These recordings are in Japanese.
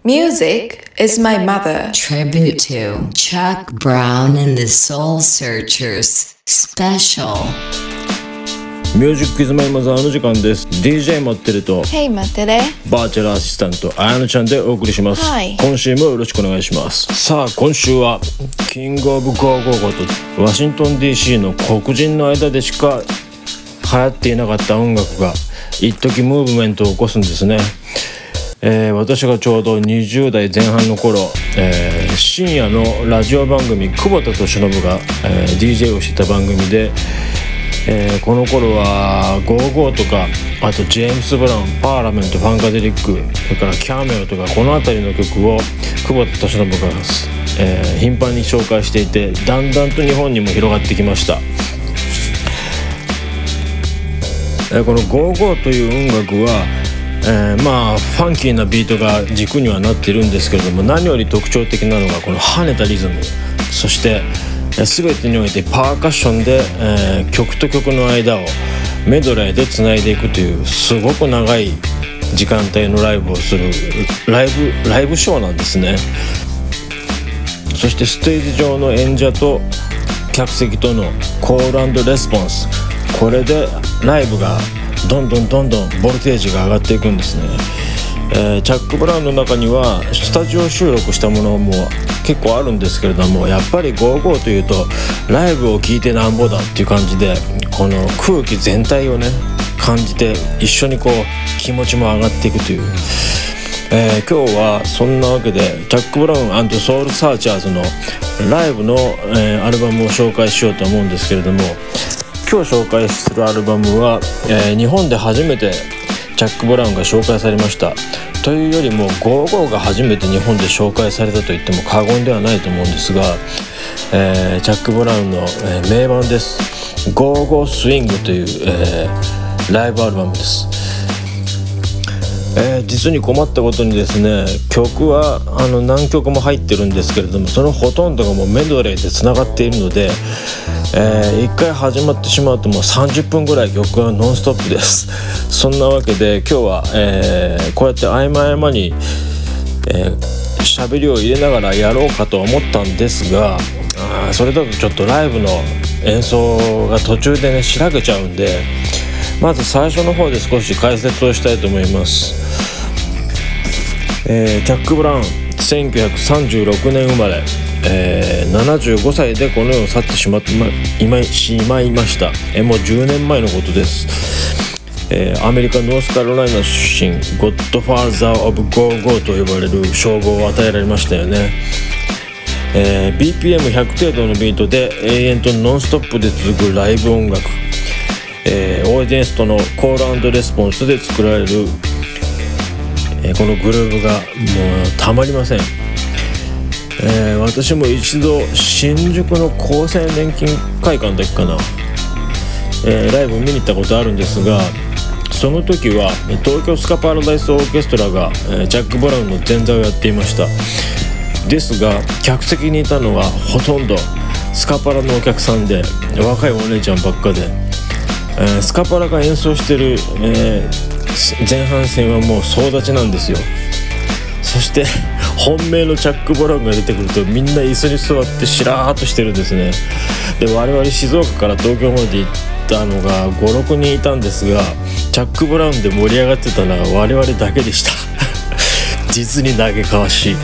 Music is my mother. Tribute to Chuck Brown and the Soul Searchers Special。 ミュージックイズマイマザーの時間です。 DJ 待ってると Hey 待ってれ。 バーチャルアシスタントあやのちゃんでお送りします、 はい、 今週もよろしくお願いします。さあ今週はキングオブゴーゴーゴーとワシントン DC の黒人の間でしか流行っていなかった音楽が一時ムーブメントを起こすんですね。私がちょうど20代前半の頃、深夜のラジオ番組久保田利伸が、DJ をしてた番組で、この頃はゴーゴーとかあとジェームス・ブラウン、パーラメント、ファンカデリック、それからキャメオとかこの辺りの曲を久保田利伸が、頻繁に紹介していてだんだんと日本にも広がってきました。このゴーゴーという音楽はまあファンキーなビートが軸にはなっているんですけれども、何より特徴的なのがこの跳ねたリズム、そして全てにおいてパーカッションで、曲と曲の間をメドレーでつないでいくというすごく長い時間帯のライブをするライブショーなんですね。そしてステージ上の演者と客席とのコール&レスポンス、これでライブがどんどんボルテージが上がっていくんですね。チャック・ブラウンの中にはスタジオ収録したものも結構あるんですけれども、やっぱりゴーゴーというとライブを聴いてなんぼだっていう感じで、この空気全体をね感じて一緒にこう気持ちも上がっていくという、今日はそんなわけでチャック・ブラウン&ソウル・サーチャーズのライブの、アルバムを紹介しようと思うんですけれども、今日紹介するアルバムは、日本で初めてチャック・ブラウンが紹介されましたというよりもゴーゴーが初めて日本で紹介されたと言っても過言ではないと思うんですが、チャック・ブラウンの、名盤です。ゴーゴースイングという、ライブアルバムです。実に困ったことにですね、曲は何曲も入ってるんですけれども、そのほとんどがもうメドレーでつながっているので、1回始まってしまうともう30分ぐらい曲がノンストップです。そんなわけで今日は、こうやって合間に喋りを入れながらやろうかと思ったんですが、それだとちょっとライブの演奏が途中でねしらけちゃうんで、まず最初の方で少し解説をしたいと思います。チャック・ブラウン1936年生まれ、75歳でこの世を去ってしまいました。もう10年前のことです。アメリカノースカロライナ出身、ゴッドファーザー・オブ・ゴーゴーと呼ばれる称号を与えられましたよね。BPM100 程度のビートで永遠とノンストップで続くライブ音楽、オーディエンスとのコール&レスポンスで作られる、このグルーヴがもうたまりません。私も一度新宿の厚生年金会館だっけかな、ライブ見に行ったことあるんですが、その時は東京スカパラダイスオーケストラが、チャック・ブラウンの前座をやっていました。ですが客席にいたのはほとんどスカパラのお客さんで、若いお姉ちゃんばっかで、スカパラが演奏してる、前半戦はもう総立ちなんですよ。そして本命のチャック・ブラウンが出てくるとみんな椅子に座ってしらーっとしてるんですね。で我々静岡から東京まで行ったのが 5,6 人いたんですが、チャック・ブラウンで盛り上がってたのは我々だけでした実に嘆かわしい。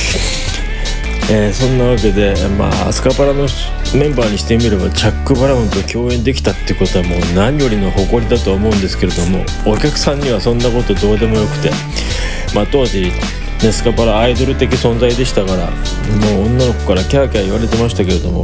そんなわけで、スカパラのメンバーにしてみればチャック・ブラウンと共演できたってことはもう何よりの誇りだと思うんですけれども、お客さんにはそんなことどうでもよくて、当時スカパラアイドル的存在でしたから、もう女の子からキャーキャー言われてましたけれども、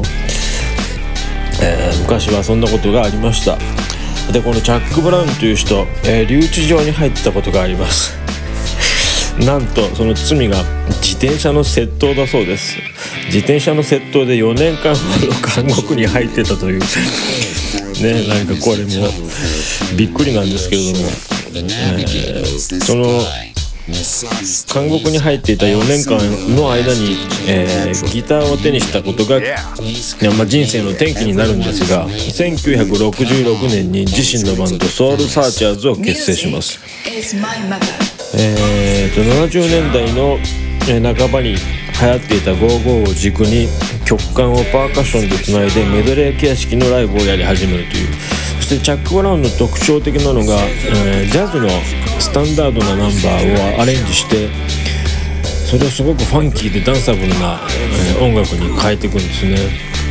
昔はそんなことがありました。でこのチャック・ブラウンという人、留置場に入ってたことがあります。なんとその罪が自転車の窃盗だそうです。自転車の窃盗で4年間ほど監獄に入ってたというね、なんかこれもびっくりなんですけれども、その監獄に入っていた4年間の間に、ギターを手にしたことが、人生の転機になるんですが、1966年に自身のバンドソウルサーチャーズを結成します。70年代の半ばに流行っていた55を軸に曲間をパーカッションでつないでメドレー形式のライブをやり始めるという。そしてチャック・ブラウンの特徴的なのが、ジャズのスタンダードなナンバーをアレンジして、それをすごくファンキーでダンサブルな、音楽に変えていくんですね。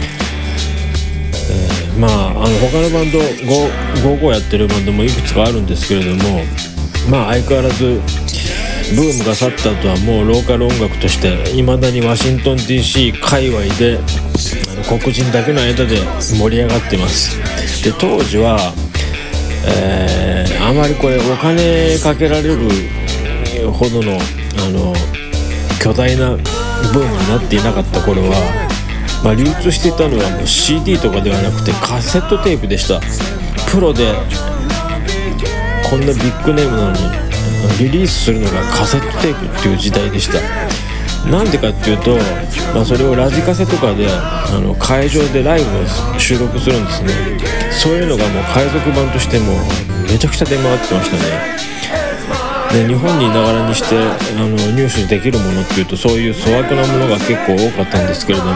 他のバンド55やってるバンドもいくつかあるんですけれども、相変わらずブームが去った後はもうローカル音楽として未だにワシントン DC 界隈で黒人だけの間で盛り上がってます。で当時は、あまりこれお金かけられるほどの巨大なブームになっていなかった頃は、流通していたのはもう CD とかではなくてカセットテープでした。プロでこんなビッグネームなのにリリースするのがカセットテープっていう時代でした。なんでかっていうと、それをラジカセとかで会場でライブを収録するんですね。そういうのがもう海賊版としてもめちゃくちゃ出回ってましたね。で日本にいながらにして入手できるものっていうとそういう粗悪なものが結構多かったんですけれども、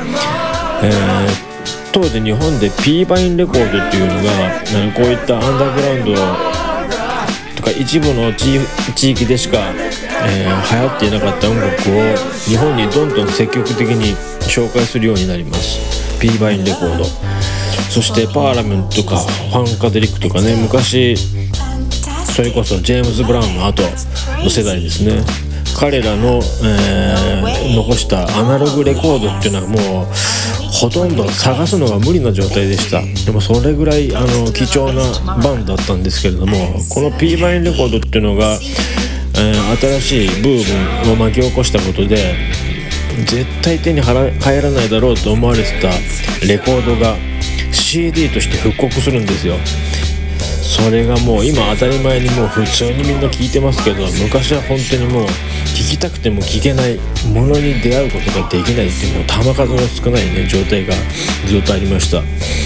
当時日本で P バインレコードっていうのがこういったアンダーグラウンドとか一部の地域でしか、流行っていなかった音楽を日本にどんどん積極的に紹介するようになります。 P バインレコード、そしてパーラメントとかファンカデリックとかね、昔それこそジェームズ・ブラウンの後の世代ですね。彼らの、残したアナログレコードっていうのはもうほとんど探すのが無理な状態でした。でもそれぐらい貴重なバンドだったんですけれども、この P バインレコードっていうのが、新しいブームを巻き起こしたことで絶対手に入らないだろうと思われてたレコードが CD として復刻するんですよ。それがもう今当たり前にもう普通にみんな聞いてますけど、昔は本当にもう聞きたくても聞けないものに出会うことができないっていう、もう球数の少ないね状態がずっとありました。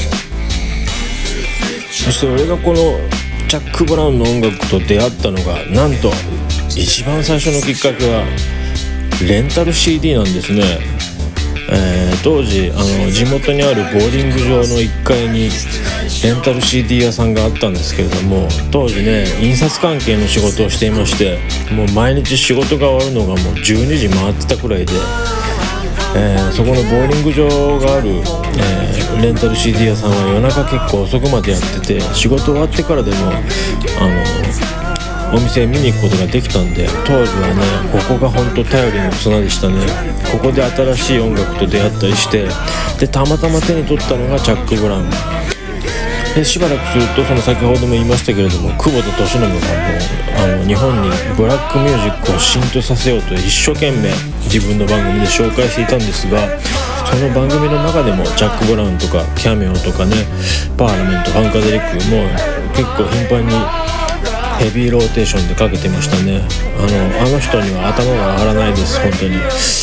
そして俺がこのチャック・ブラウンの音楽と出会ったのが、なんと一番最初のきっかけはレンタル CD なんですね。当時地元にあるボーリング場の1階にレンタル CD 屋さんがあったんですけれども、当時ね印刷関係の仕事をしていまして、もう毎日仕事が終わるのがもう12時回ってたくらいで、そこのボーリング場がある、レンタル CD 屋さんは夜中結構遅くまでやってて、仕事終わってからでもお店見に行くことができたんで、当時はねここが本当頼りの綱でしたね。ここで新しい音楽と出会ったりして、でたまたま手に取ったのがチャック・ブラウンで、しばらくするとその先ほども言いましたけれども、久保田利伸がもう日本にブラックミュージックを浸透させようと一生懸命自分の番組で紹介していたんですが、その番組の中でもチャック・ブラウンとかキャメオとかね、パーラメント、ファンカデリックも結構頻繁にヘビーローテーションでかけてましたね。あの人には頭が上がらないです本当に。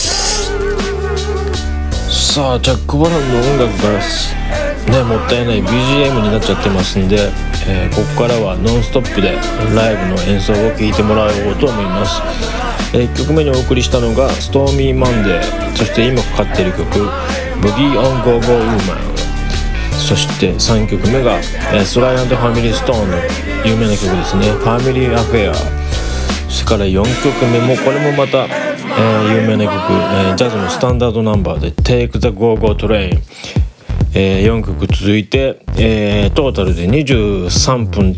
さあチャック・ブラウンの音楽がねもったいない BGM になっちゃってますんで、ここからはノンストップでライブの演奏を聴いてもらおうと思います。1曲目にお送りしたのがストーミーマンデー、そして今かかっている曲ブギー・オン・ゴー・ゴー・ウーマン、そして3曲目がスライ&ファミリー・ストーンの有名な曲ですね、ファミリー・アフェア。それから4曲目もこれもまた、有名な曲、ジャズのスタンダードナンバーで Take the Go-Go Train、4曲続いて、トータルで23分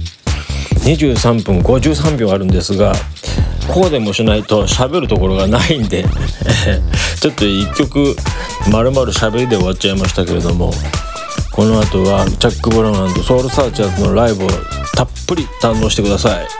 53秒あるんですが、こうでもしないと喋るところがないんでちょっと1曲丸々喋りで終わっちゃいましたけれども、この後はチャック・ブラウン&ソウルサーチャーズのライブをたっぷり堪能してください。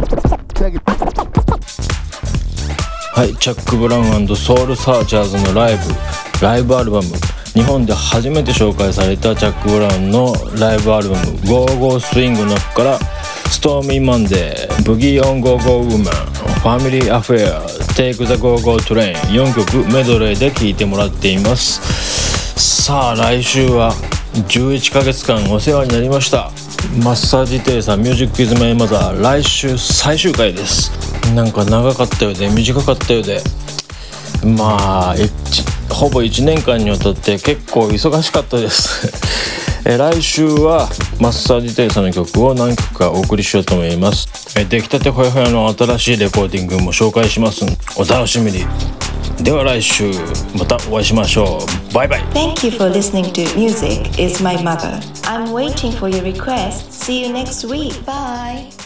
はい、チャック・ブラウン&ソウルサーチャーズのライブアルバム、日本で初めて紹介されたチャック・ブラウンのライブアルバム Go Go Swing の中からストーミーマンデー、ブギー・オン・ゴー・ゴー・ウーマン、ファミリー・アフェア、Take the Go Go Train、 4曲メドレーで聴いてもらっています。さあ来週は11ヶ月間お世話になりました。マッサージテイさんミュージックイズマイマザー、来週最終回です。なんか長かったようで短かったようでまあほぼ1年間にわたって結構忙しかったです来週はマッサージテイさんの曲を何曲かお送りしようと思います。出来たてほやほやの新しいレコーディングも紹介します。お楽しみに。では来週またお会いしましょう。バイバイ。 Thank you for listening to Music is My Mother. I'm waiting for your request. See you next week. Bye.